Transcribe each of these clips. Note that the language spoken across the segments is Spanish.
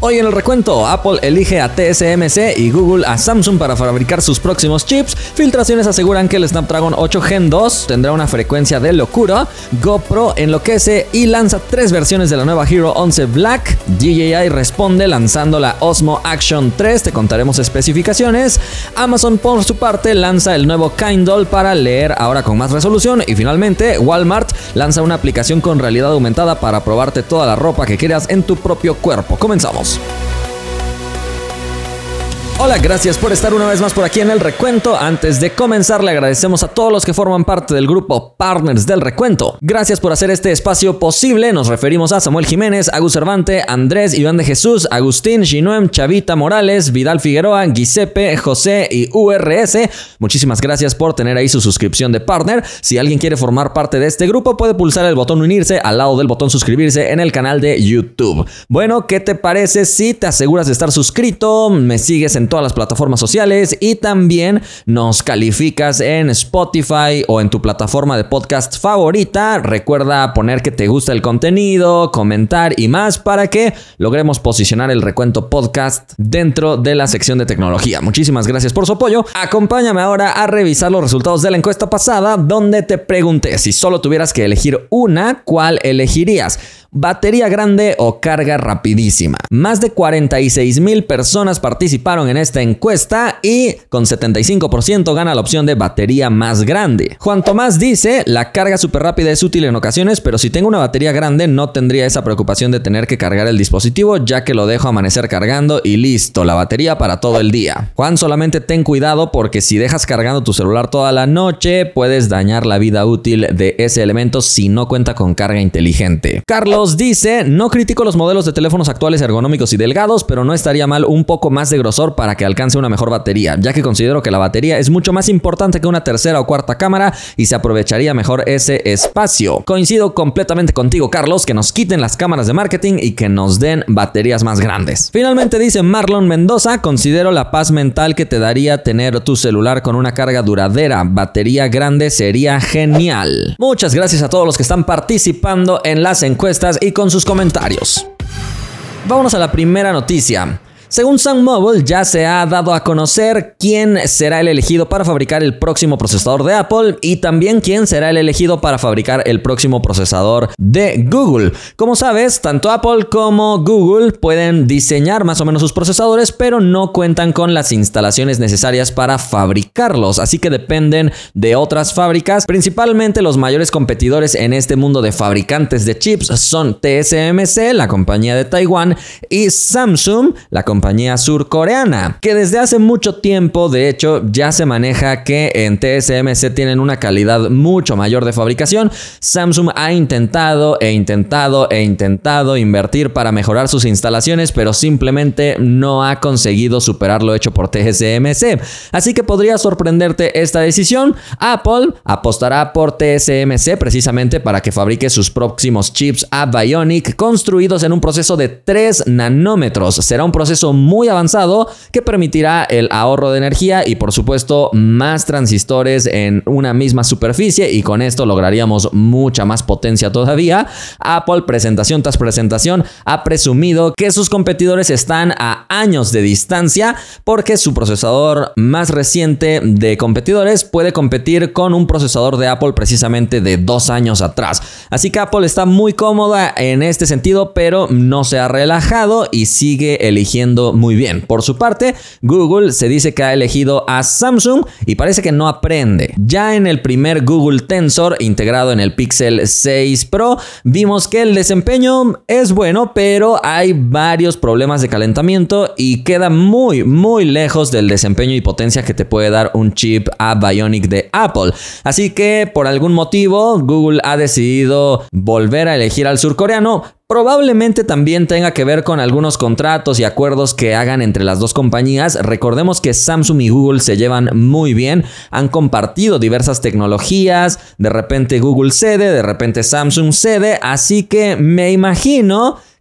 Hoy en el recuento, Apple elige a TSMC y Google a Samsung para fabricar sus próximos chips. Filtraciones aseguran que el Snapdragon 8 Gen 2 tendrá una frecuencia de locura. GoPro enloquece y lanza 3 versiones de la nueva Hero 11 Black. DJI responde lanzando la Osmo Action 3, te contaremos especificaciones. Amazon por su parte lanza el nuevo Kindle para leer ahora con más resolución. Y finalmente, Walmart lanza una aplicación con realidad aumentada para probarte toda la ropa que quieras en tu propio cuerpo. Comenzamos. Hola, gracias por estar una vez más por aquí en El Recuento. Antes de comenzar, le agradecemos a todos los que forman parte del grupo Partners del Recuento. Gracias por hacer este espacio posible. Nos referimos a Samuel Jiménez, Agus Cervante, Andrés, Iván de Jesús, Agustín, Shinoem, Chavita Morales, Vidal Figueroa, Giuseppe, José y URS. Muchísimas gracias por tener ahí su suscripción de Partner. Si alguien quiere formar parte de este grupo, puede pulsar el botón unirse al lado del botón suscribirse en el canal de YouTube. Bueno, ¿qué te parece si te aseguras de estar suscrito? Me sigues en todas las plataformas sociales y también nos calificas en Spotify o en tu plataforma de podcast favorita. Recuerda poner que te gusta el contenido, comentar y más para que logremos posicionar El Recuento Podcast dentro de la sección de tecnología. Muchísimas gracias por su apoyo. Acompáñame ahora a revisar los resultados de la encuesta pasada, donde te pregunté si solo tuvieras que elegir una, ¿cuál elegirías? ¿Batería grande o carga rapidísima? Más de 46,000 personas participaron en esta encuesta y con 75% gana la opción de batería más grande. Juan Tomás dice: la carga súper rápida es útil en ocasiones, pero si tengo una batería grande no tendría esa preocupación de tener que cargar el dispositivo, ya que lo dejo amanecer cargando y listo, la batería para todo el día. Juan, solamente ten cuidado porque si dejas cargando tu celular toda la noche, puedes dañar la vida útil de ese elemento si no cuenta con carga inteligente. Carlos dice: no critico los modelos de teléfonos actuales ergonómicos y delgados, pero no estaría mal un poco más de grosor para que alcance una mejor batería, ya que considero que la batería es mucho más importante que una tercera o cuarta cámara y se aprovecharía mejor ese espacio. Coincido completamente contigo, Carlos, que nos quiten las cámaras de marketing y que nos den baterías más grandes. Finalmente dice Marlon Mendoza: considero la paz mental que te daría tener tu celular con una carga duradera. Batería grande sería genial. Muchas gracias a todos los que están participando en las encuestas y con sus comentarios. Vámonos a la primera noticia. Según Sun Mobile, ya se ha dado a conocer quién será el elegido para fabricar el próximo procesador de Apple y también quién será el elegido para fabricar el próximo procesador de Google. Como sabes, tanto Apple como Google pueden diseñar más o menos sus procesadores, pero no cuentan con las instalaciones necesarias para fabricarlos, así que dependen de otras fábricas. Principalmente los mayores competidores en este mundo de fabricantes de chips son TSMC, la compañía de Taiwán, y Samsung, la compañía surcoreana, que desde hace mucho tiempo, de hecho, ya se maneja que en TSMC tienen una calidad mucho mayor de fabricación. Samsung ha intentado invertir para mejorar sus instalaciones, pero simplemente no ha conseguido superar lo hecho por TSMC. Así que podría sorprenderte esta decisión. Apple apostará por TSMC precisamente para que fabrique sus próximos chips a Bionic construidos en un proceso de 3 nanómetros. Será un proceso muy avanzado que permitirá el ahorro de energía y por supuesto más transistores en una misma superficie, y con esto lograríamos mucha más potencia todavía. Apple, presentación tras presentación, ha presumido que sus competidores están a años de distancia porque su procesador más reciente de competidores puede competir con un procesador de Apple precisamente de 2 años atrás. Así que Apple está muy cómoda en este sentido, pero no se ha relajado y sigue eligiendo muy bien. Por su parte, Google se dice que ha elegido a Samsung y parece que no aprende. Ya en el primer Google Tensor integrado en el Pixel 6 Pro, vimos que el desempeño es bueno, pero hay varios problemas de calentamiento y queda muy lejos del desempeño y potencia que te puede dar un chip a Bionic de Apple. Así que por algún motivo Google ha decidido volver a elegir al surcoreano. Probablemente también tenga que ver con algunos contratos y acuerdos que hagan entre las dos compañías. Recordemos que Samsung y Google se llevan muy bien, han compartido diversas tecnologías, de repente Google cede, de repente Samsung cede, así que me imagino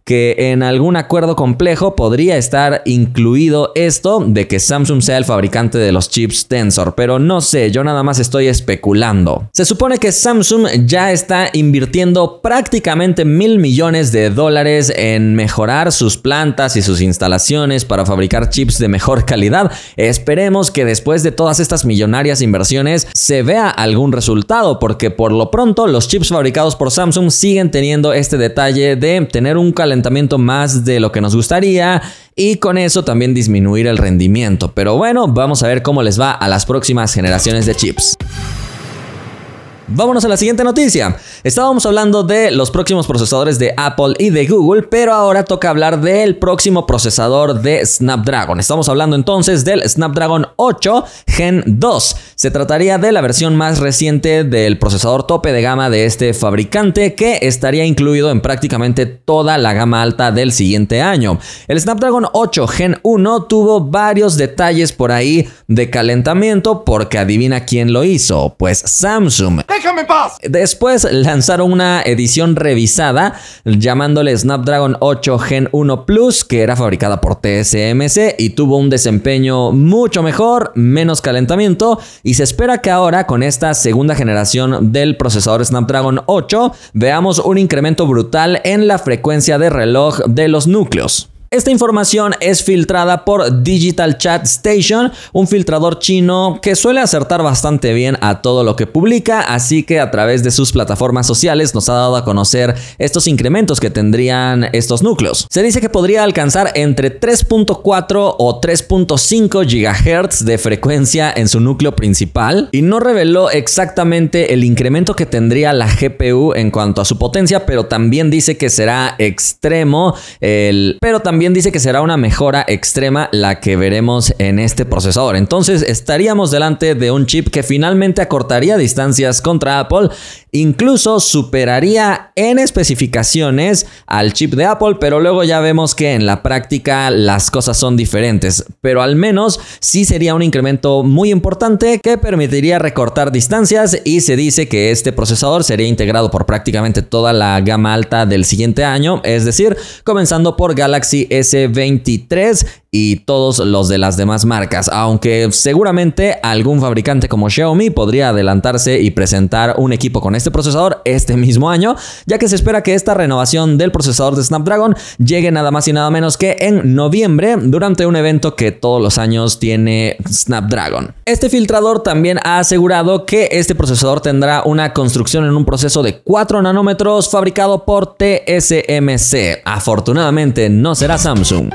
que en algún acuerdo complejo podría estar incluido esto de que Samsung sea el fabricante de los chips Tensor, pero no sé, yo nada más estoy especulando. Se supone que Samsung ya está invirtiendo prácticamente $1,000 millones en mejorar sus plantas y sus instalaciones para fabricar chips de mejor calidad. Esperemos que después de todas estas millonarias inversiones se vea algún resultado, porque por lo pronto los chips fabricados por Samsung siguen teniendo este detalle de tener un calentamiento más de lo que nos gustaría y con eso también disminuir el rendimiento. Pero bueno, vamos a ver cómo les va a las próximas generaciones de chips. Vámonos a la siguiente noticia. Estábamos hablando de los próximos procesadores de Apple y de Google, pero ahora toca hablar del próximo procesador de Snapdragon. Estamos hablando entonces del Snapdragon 8 Gen 2. Se trataría de la versión más reciente del procesador tope de gama de este fabricante, que estaría incluido en prácticamente toda la gama alta del siguiente año. El Snapdragon 8 Gen 1 tuvo varios detalles por ahí de calentamiento, porque adivina quién lo hizo, pues Samsung. ¡Déjame en paz! Después lanzaron una edición revisada llamándole Snapdragon 8 Gen 1 Plus, que era fabricada por TSMC y tuvo un desempeño mucho mejor, menos calentamiento, y se espera que ahora con esta segunda generación del procesador Snapdragon 8 veamos un incremento brutal en la frecuencia de reloj de los núcleos. Esta información es filtrada por Digital Chat Station, un filtrador chino que suele acertar bastante bien a todo lo que publica, así que a través de sus plataformas sociales nos ha dado a conocer estos incrementos que tendrían estos núcleos. Se dice que podría alcanzar entre 3.4 o 3.5 GHz de frecuencia en su núcleo principal, y no reveló exactamente el incremento que tendría la GPU en cuanto a su potencia, pero también dice que será extremo, también dice que será una mejora extrema la que veremos en este procesador. Entonces estaríamos delante de un chip que finalmente acortaría distancias contra Apple, incluso superaría en especificaciones al chip de Apple, pero luego ya vemos que en la práctica las cosas son diferentes. Pero al menos sí sería un incremento muy importante que permitiría recortar distancias, y se dice que este procesador sería integrado por prácticamente toda la gama alta del siguiente año, es decir, comenzando por Galaxy S23 y todos los de las demás marcas, aunque seguramente algún fabricante como Xiaomi podría adelantarse y presentar un equipo con este procesador este mismo año, ya que se espera que esta renovación del procesador de Snapdragon llegue nada más y nada menos que en noviembre, durante un evento que todos los años tiene Snapdragon. Este filtrador también ha asegurado que este procesador tendrá una construcción en un proceso de 4 nanómetros fabricado por TSMC. Afortunadamente no será Samsung.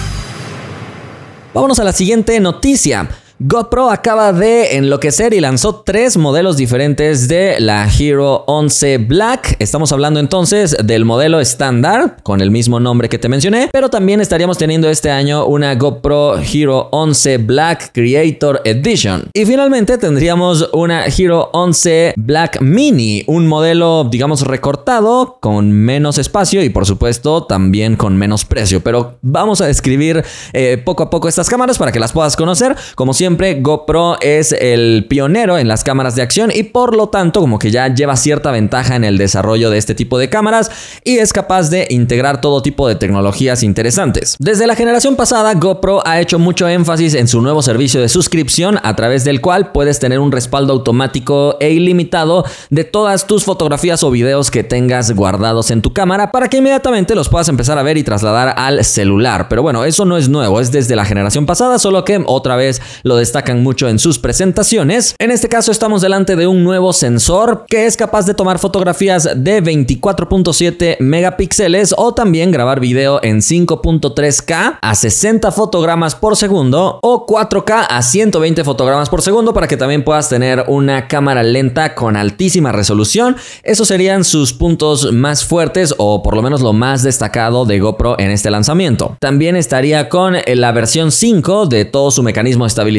Vámonos a la siguiente noticia. GoPro acaba de enloquecer y lanzó 3 modelos diferentes de la Hero 11 Black. Estamos hablando entonces del modelo estándar con el mismo nombre que te mencioné, pero también estaríamos teniendo este año una GoPro Hero 11 Black Creator Edition. Y finalmente tendríamos una Hero 11 Black Mini, un modelo digamos recortado, con menos espacio y por supuesto también con menos precio. Pero vamos a describir poco a poco estas cámaras para que las puedas conocer. Como siempre, GoPro es el pionero en las cámaras de acción y por lo tanto como que ya lleva cierta ventaja en el desarrollo de este tipo de cámaras y es capaz de integrar todo tipo de tecnologías interesantes. Desde la generación pasada, GoPro ha hecho mucho énfasis en su nuevo servicio de suscripción, a través del cual puedes tener un respaldo automático e ilimitado de todas tus fotografías o videos que tengas guardados en tu cámara, para que inmediatamente los puedas empezar a ver y trasladar al celular. Pero bueno, eso no es nuevo, es desde la generación pasada, solo que otra vez lo destacan mucho en sus presentaciones. En este caso estamos delante de un nuevo sensor que es capaz de tomar fotografías de 24.7 megapíxeles o también grabar video en 5.3K a 60 fotogramas por segundo o 4K a 120 fotogramas por segundo, para que también puedas tener una cámara lenta con altísima resolución. Esos serían sus puntos más fuertes, o por lo menos lo más destacado de GoPro en este lanzamiento. También estaría con la versión 5 de todo su mecanismo de estabilización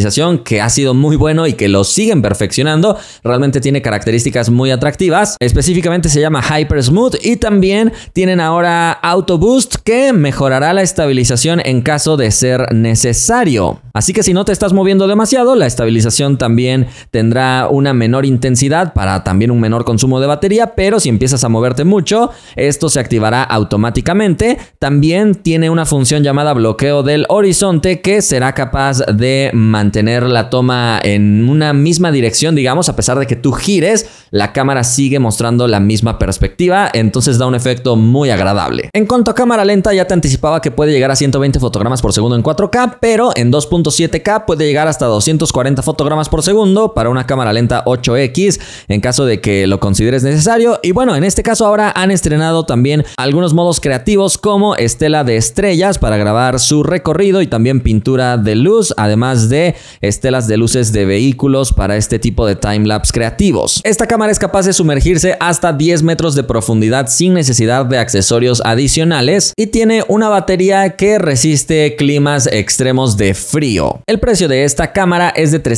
estabilización que ha sido muy bueno y que lo siguen perfeccionando. Realmente tiene características muy atractivas. Específicamente se llama Hyper Smooth y también tienen ahora Auto Boost que mejorará la estabilización en caso de ser necesario. Así que si no te estás moviendo demasiado, la estabilización también tendrá una menor intensidad para también un menor consumo de batería, pero si empiezas a moverte mucho, esto se activará automáticamente. También tiene una función llamada bloqueo del horizonte que será capaz de mantener la toma en una misma dirección, digamos, a pesar de que tú gires, la cámara sigue mostrando la misma perspectiva, entonces da un efecto muy agradable. En cuanto a cámara lenta, ya te anticipaba que puede llegar a 120 fotogramas por segundo en 4K, pero en 2.7K puede llegar hasta 240 fotogramas por segundo para una cámara lenta 8X en caso de que lo consideres necesario. Y bueno, en este caso ahora han estrenado también algunos modos creativos como estela de estrellas para grabar su recorrido y también pintura de luz, además de estelas de luces de vehículos para este tipo de timelapse creativos. Esta cámara es capaz de sumergirse hasta 10 metros de profundidad sin necesidad de accesorios adicionales y tiene una batería que resiste climas extremos de frío. El precio de esta cámara es de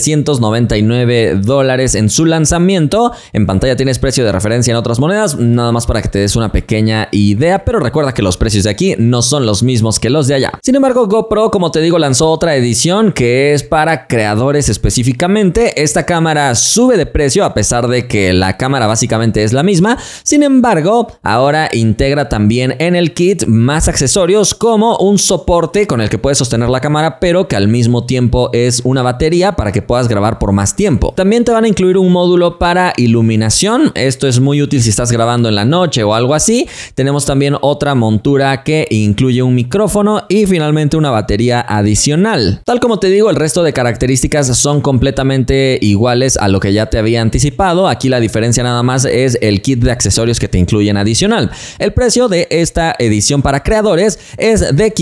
$399 en su lanzamiento. En pantalla tienes precio de referencia en otras monedas, nada más para que te des una pequeña idea, pero recuerda que los precios de aquí no son los mismos que los de allá. Sin embargo, GoPro, como te digo, lanzó otra edición que es para creadores específicamente. Esta cámara sube de precio a pesar de que la cámara básicamente es la misma. Sin embargo, ahora integra también en el kit más accesorios como un soporte con el que puedes sostener la cámara, pero que al mismo tiempo es una batería para que puedas grabar por más tiempo. También te van a incluir un módulo para iluminación. Esto es muy útil si estás grabando en la noche o algo así. Tenemos también otra montura que incluye un micrófono y finalmente una batería adicional. Tal como te digo, el resto de características son completamente iguales a lo que ya te había anticipado. Aquí la diferencia nada más es el kit de accesorios que te incluyen adicional. El precio de esta edición para creadores es de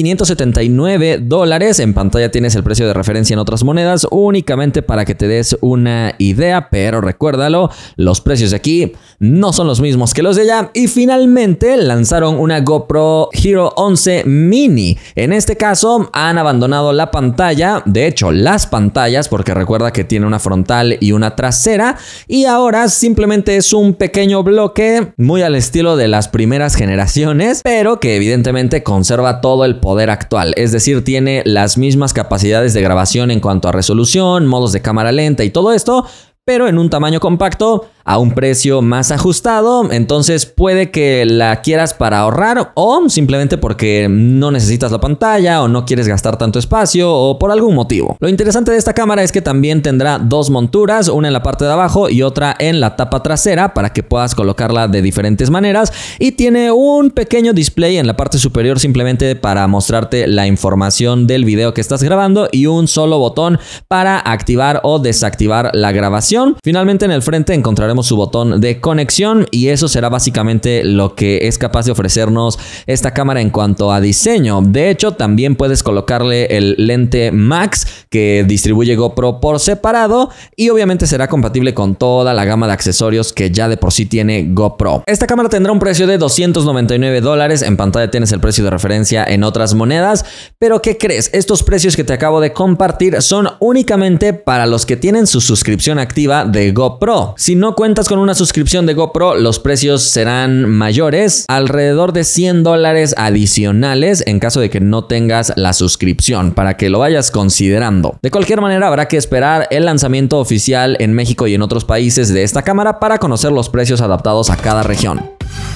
$579. En pantalla tienes el precio de referencia en otras monedas únicamente para que te des una idea, pero recuérdalo, los precios de aquí no son los mismos que los de allá. Y finalmente lanzaron una GoPro Hero 11 Mini. En este caso han abandonado la pantalla, de hecho las pantallas, porque recuerda que tiene una frontal y una trasera, y ahora simplemente es un pequeño bloque muy al estilo de las primeras generaciones, pero que evidentemente conserva todo el poder actual, es decir, tiene las mismas capacidades de grabación en cuanto a resolución, modos de cámara lenta y todo esto, pero en un tamaño compacto a un precio más ajustado. Entonces puede que la quieras para ahorrar o simplemente porque no necesitas la pantalla o no quieres gastar tanto espacio o por algún motivo. Lo interesante de esta cámara es que también tendrá dos monturas, una en la parte de abajo y otra en la tapa trasera para que puedas colocarla de diferentes maneras, y tiene un pequeño display en la parte superior simplemente para mostrarte la información del video que estás grabando y un solo botón para activar o desactivar la grabación. Finalmente en el frente encontraremos su botón de conexión y eso será básicamente lo que es capaz de ofrecernos esta cámara en cuanto a diseño. De hecho, también puedes colocarle el lente Max que distribuye GoPro por separado y obviamente será compatible con toda la gama de accesorios que ya de por sí tiene GoPro. Esta cámara tendrá un precio de $299. En pantalla tienes el precio de referencia en otras monedas, pero ¿qué crees? Estos precios que te acabo de compartir son únicamente para los que tienen su suscripción activa de GoPro. Si no cuentas con una suscripción de GoPro, los precios serán mayores, alrededor de $100 adicionales en caso de que no tengas la suscripción, para que lo vayas considerando. De cualquier manera, habrá que esperar el lanzamiento oficial en México y en otros países de esta cámara para conocer los precios adaptados a cada región.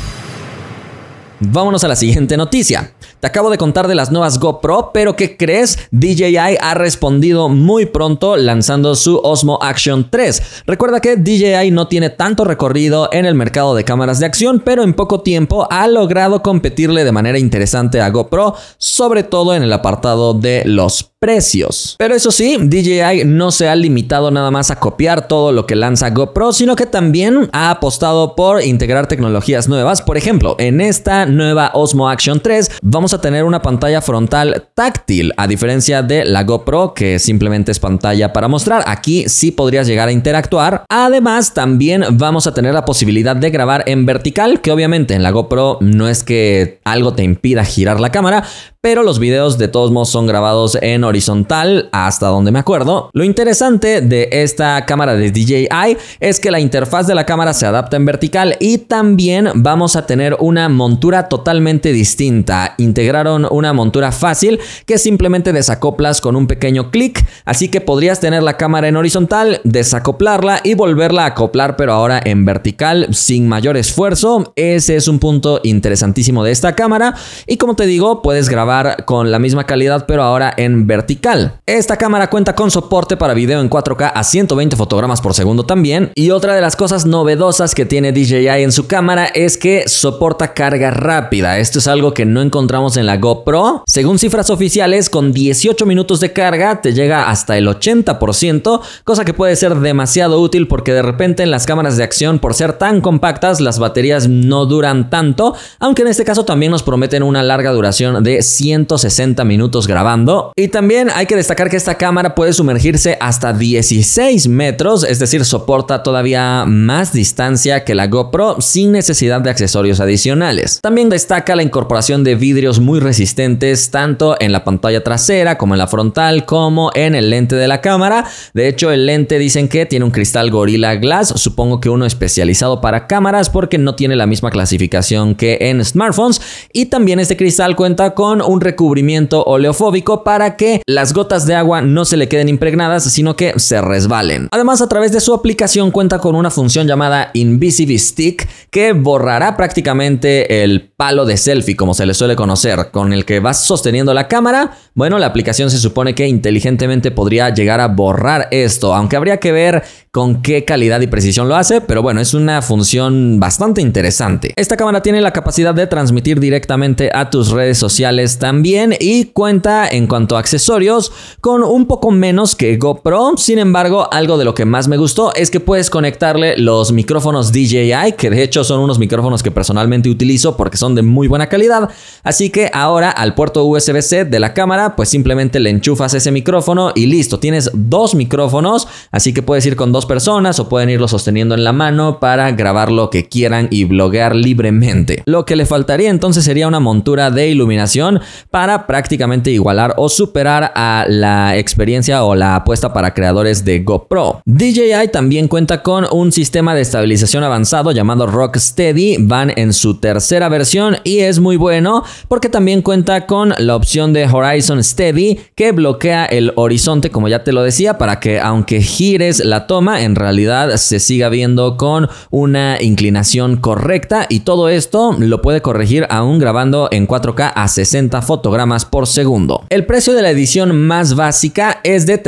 Vámonos a la siguiente noticia. Te acabo de contar de las nuevas GoPro, pero ¿qué crees? DJI ha respondido muy pronto lanzando su Osmo Action 3. Recuerda que DJI no tiene tanto recorrido en el mercado de cámaras de acción, pero en poco tiempo ha logrado competirle de manera interesante a GoPro, sobre todo en el apartado de los precios. Pero eso sí, DJI no se ha limitado nada más a copiar todo lo que lanza GoPro, sino que también ha apostado por integrar tecnologías nuevas. Por ejemplo, en esta nueva Osmo Action 3 vamos vamos a tener una pantalla frontal táctil, a diferencia de la GoPro, que simplemente es pantalla para mostrar. Aquí sí podrías llegar a interactuar. Además, también vamos a tener la posibilidad de grabar en vertical, que obviamente en la GoPro no es que algo te impida girar la cámara, pero los videos de todos modos son grabados en horizontal, hasta donde me acuerdo. Lo interesante de esta cámara de DJI es que la interfaz de la cámara se adapta en vertical y también vamos a tener una montura totalmente distinta. Integraron una montura fácil que simplemente desacoplas con un pequeño clic, así que podrías tener la cámara en horizontal, desacoplarla y volverla a acoplar, pero ahora en vertical sin mayor esfuerzo. Ese es un punto interesantísimo de esta cámara y, como te digo, puedes grabar con la misma calidad pero ahora en vertical. Esta cámara cuenta con soporte para video en 4K a 120 fotogramas por segundo también, y otra de las cosas novedosas que tiene DJI en su cámara es que soporta carga rápida. Esto es algo que no encontramos en la GoPro. Según cifras oficiales, con 18 minutos de carga te llega hasta el 80%, cosa que puede ser demasiado útil porque de repente en las cámaras de acción, por ser tan compactas, las baterías no duran tanto, aunque en este caso también nos prometen una larga duración de 160 minutos grabando. Y también hay que destacar que esta cámara puede sumergirse hasta 16 metros, es decir, soporta todavía más distancia que la GoPro sin necesidad de accesorios adicionales. También destaca la incorporación de vidrios muy resistentes tanto en la pantalla trasera como en la frontal como en el lente de la cámara. De hecho, el lente dicen que tiene un cristal Gorilla Glass, supongo que uno especializado para cámaras porque no tiene la misma clasificación que en smartphones, y también este cristal cuenta con un recubrimiento oleofóbico para que las gotas de agua no se le queden impregnadas, sino que se resbalen. Además, a través de su aplicación cuenta con una función llamada Invisible Stick que borrará prácticamente el palo de selfie, como se le suele conocer, con el que vas sosteniendo la cámara. Bueno, la aplicación se supone que inteligentemente podría llegar a borrar esto, aunque habría que ver con qué calidad y precisión lo hace, pero bueno, es una función bastante interesante. Esta cámara tiene la capacidad de transmitir directamente a tus redes sociales también y cuenta, en cuanto a accesorios, con un poco menos que GoPro. Sin embargo, algo de lo que más me gustó es que puedes conectarle los micrófonos DJI, que de hecho son unos micrófonos que personalmente utilizo porque son de muy buena calidad. Así que ahora al puerto USB-C de la cámara, pues simplemente le enchufas ese micrófono y listo, tienes dos micrófonos, así que puedes ir con dos personas o pueden irlo sosteniendo en la mano para grabar lo que quieran y bloguear libremente. Lo que le faltaría entonces sería una montura de iluminación para prácticamente igualar o superar a la experiencia o la apuesta para creadores de GoPro. DJI también cuenta con un sistema de estabilización avanzado llamado Rocksteady. Van en su tercera versión y es muy bueno porque también cuenta con la opción de Horizon Steady, que bloquea el horizonte, como ya te lo decía, para que aunque gires la toma, en realidad se siga viendo con una inclinación correcta, y todo esto lo puede corregir aún grabando en 4K a 60 fotogramas por segundo. El precio de la edición más básica es de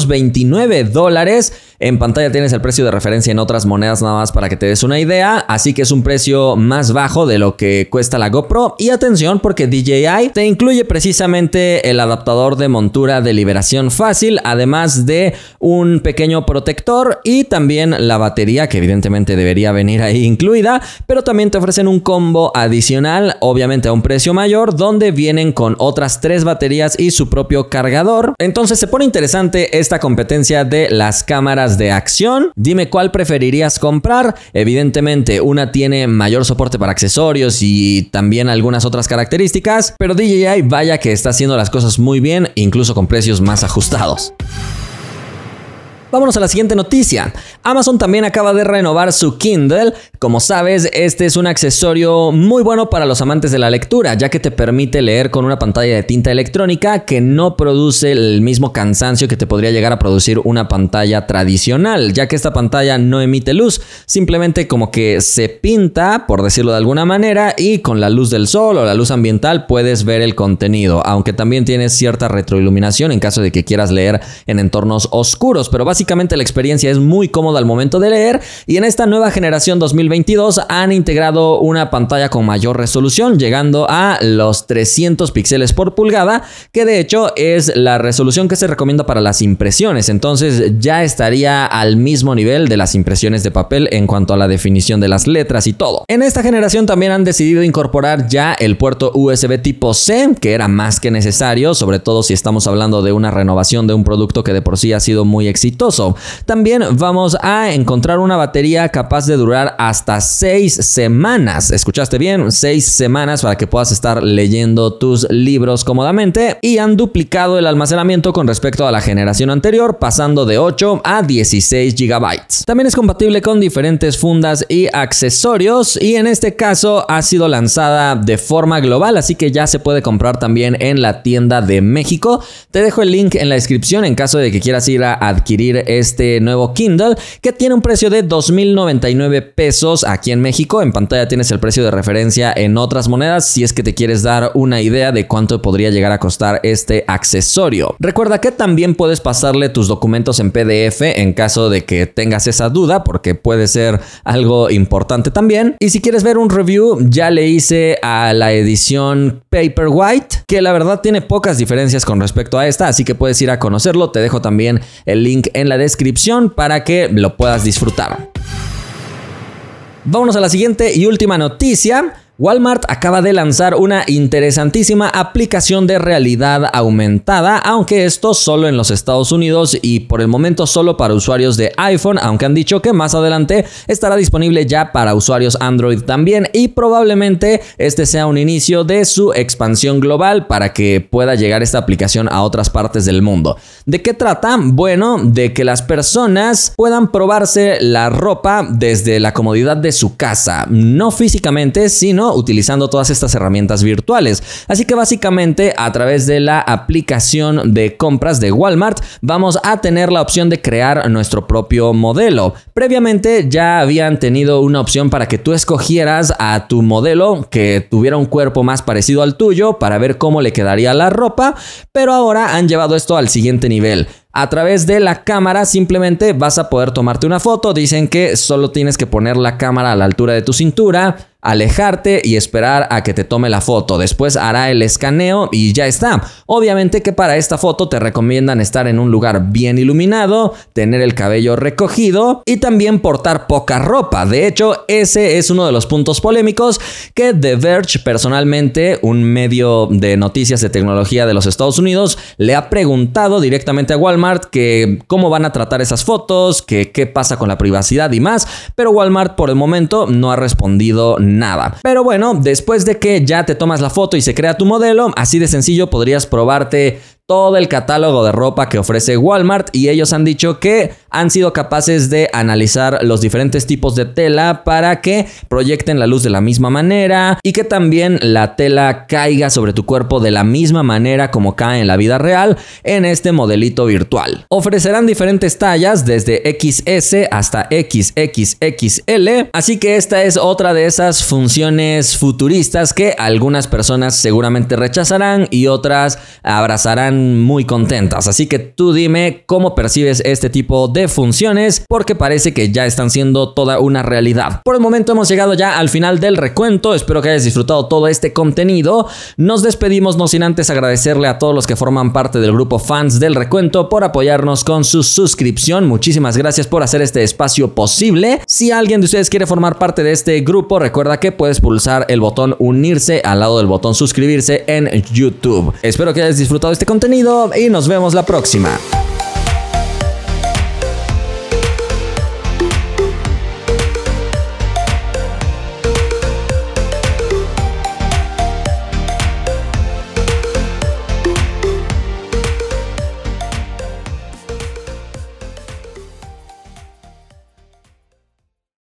$329. En pantalla tienes el precio de referencia en otras monedas nada más para que te des una idea, así que es un precio más bajo de lo que cuesta la GoPro. Y atención, porque DJI te incluye precisamente el adaptador de montura de liberación fácil, además de un pequeño protector y también la batería, que evidentemente debería venir ahí incluida, pero también te ofrecen un combo adicional, obviamente a un precio mayor, donde vienen con otras 3 baterías y su propio cargador. Entonces se pone interesante esta competencia de las cámaras de acción. Dime cuál preferirías comprar. Evidentemente una tiene mayor soporte para accesorios y también algunas otras características, pero DJI vaya que está haciendo las cosas muy bien, incluso con precios más ajustados. Vámonos a la siguiente noticia. Amazon también acaba de renovar su Kindle. Como sabes, este es un accesorio muy bueno para los amantes de la lectura, ya que te permite leer con una pantalla de tinta electrónica que no produce el mismo cansancio que te podría llegar a producir una pantalla tradicional, ya que esta pantalla no emite luz, simplemente como que se pinta, por decirlo de alguna manera, y con la luz del sol o la luz ambiental puedes ver el contenido, aunque también tienes cierta retroiluminación en caso de que quieras leer en entornos oscuros, pero básicamente Básicamente la experiencia es muy cómoda al momento de leer y en esta nueva generación 2022 han integrado una pantalla con mayor resolución, llegando a los 300 píxeles por pulgada, que de hecho es la resolución que se recomienda para las impresiones. Entonces ya estaría al mismo nivel de las impresiones de papel en cuanto a la definición de las letras y todo. En esta generación también han decidido incorporar ya el puerto USB tipo C, que era más que necesario, sobre todo si estamos hablando de una renovación de un producto que de por sí ha sido muy exitoso. También vamos a encontrar una batería capaz de durar hasta 6 semanas. ¿Escuchaste bien? 6 semanas para que puedas estar leyendo tus libros cómodamente, y han duplicado el almacenamiento con respecto a la generación anterior, pasando de 8 a 16 GB. También es compatible con diferentes fundas y accesorios, y en este caso ha sido lanzada de forma global, así que ya se puede comprar también en la tienda de México. Te dejo el link en la descripción en caso de que quieras ir a adquirir este nuevo Kindle, que tiene un precio de 2,099 pesos aquí en México. En pantalla tienes el precio de referencia en otras monedas si es que te quieres dar una idea de cuánto podría llegar a costar este accesorio. Recuerda que también puedes pasarle tus documentos en PDF en caso de que tengas esa duda, porque puede ser algo importante también. Y si quieres ver un review, ya le hice a la edición Paperwhite, que la verdad tiene pocas diferencias con respecto a esta, así que puedes ir a conocerlo. Te dejo también el link en la descripción para que lo puedas disfrutar. Vámonos a la siguiente y última noticia. Walmart acaba de lanzar una interesantísima aplicación de realidad aumentada, aunque esto solo en los Estados Unidos y por el momento solo para usuarios de iPhone, aunque han dicho que más adelante estará disponible ya para usuarios Android también, y probablemente este sea un inicio de su expansión global para que pueda llegar esta aplicación a otras partes del mundo. ¿De qué trata? Bueno, de que las personas puedan probarse la ropa desde la comodidad de su casa, no físicamente, sino utilizando todas estas herramientas virtuales. Así que básicamente a través de la aplicación de compras de Walmart vamos a tener la opción de crear nuestro propio modelo. Previamente ya habían tenido una opción para que tú escogieras a tu modelo que tuviera un cuerpo más parecido al tuyo para ver cómo le quedaría la ropa, pero ahora han llevado esto al siguiente nivel. A través de la cámara simplemente vas a poder tomarte una foto. Dicen que solo tienes que poner la cámara a la altura de tu cintura, alejarte y esperar a que te tome la foto. Después hará el escaneo y ya está. Obviamente que para esta foto te recomiendan estar en un lugar bien iluminado, tener el cabello recogido y también portar poca ropa. De hecho, ese es uno de los puntos polémicos que The Verge, personalmente, un medio de noticias de tecnología de los Estados Unidos, le ha preguntado directamente a Walmart que cómo van a tratar esas fotos, que qué pasa con la privacidad y más, pero Walmart por el momento no ha respondido nada. Pero bueno, después de que ya te tomas la foto y se crea tu modelo, así de sencillo podrías probarte todo el catálogo de ropa que ofrece Walmart, y ellos han dicho que han sido capaces de analizar los diferentes tipos de tela para que proyecten la luz de la misma manera y que también la tela caiga sobre tu cuerpo de la misma manera como cae en la vida real en este modelito virtual. Ofrecerán diferentes tallas desde XS hasta XXXL, así que esta es otra de esas funciones futuristas que algunas personas seguramente rechazarán y otras abrazarán muy contentas. Así que tú dime cómo percibes este tipo de funciones, porque parece que ya están siendo toda una realidad. Por el momento hemos llegado ya al final del recuento. Espero que hayas disfrutado todo este contenido. Nos despedimos no sin antes agradecerle a todos los que forman parte del grupo Fans del Recuento por apoyarnos con su suscripción. Muchísimas gracias por hacer este espacio posible. Si alguien de ustedes quiere formar parte de este grupo, recuerda que puedes pulsar el botón unirse al lado del botón suscribirse en YouTube. Espero que hayas disfrutado este contenido y nos vemos la próxima.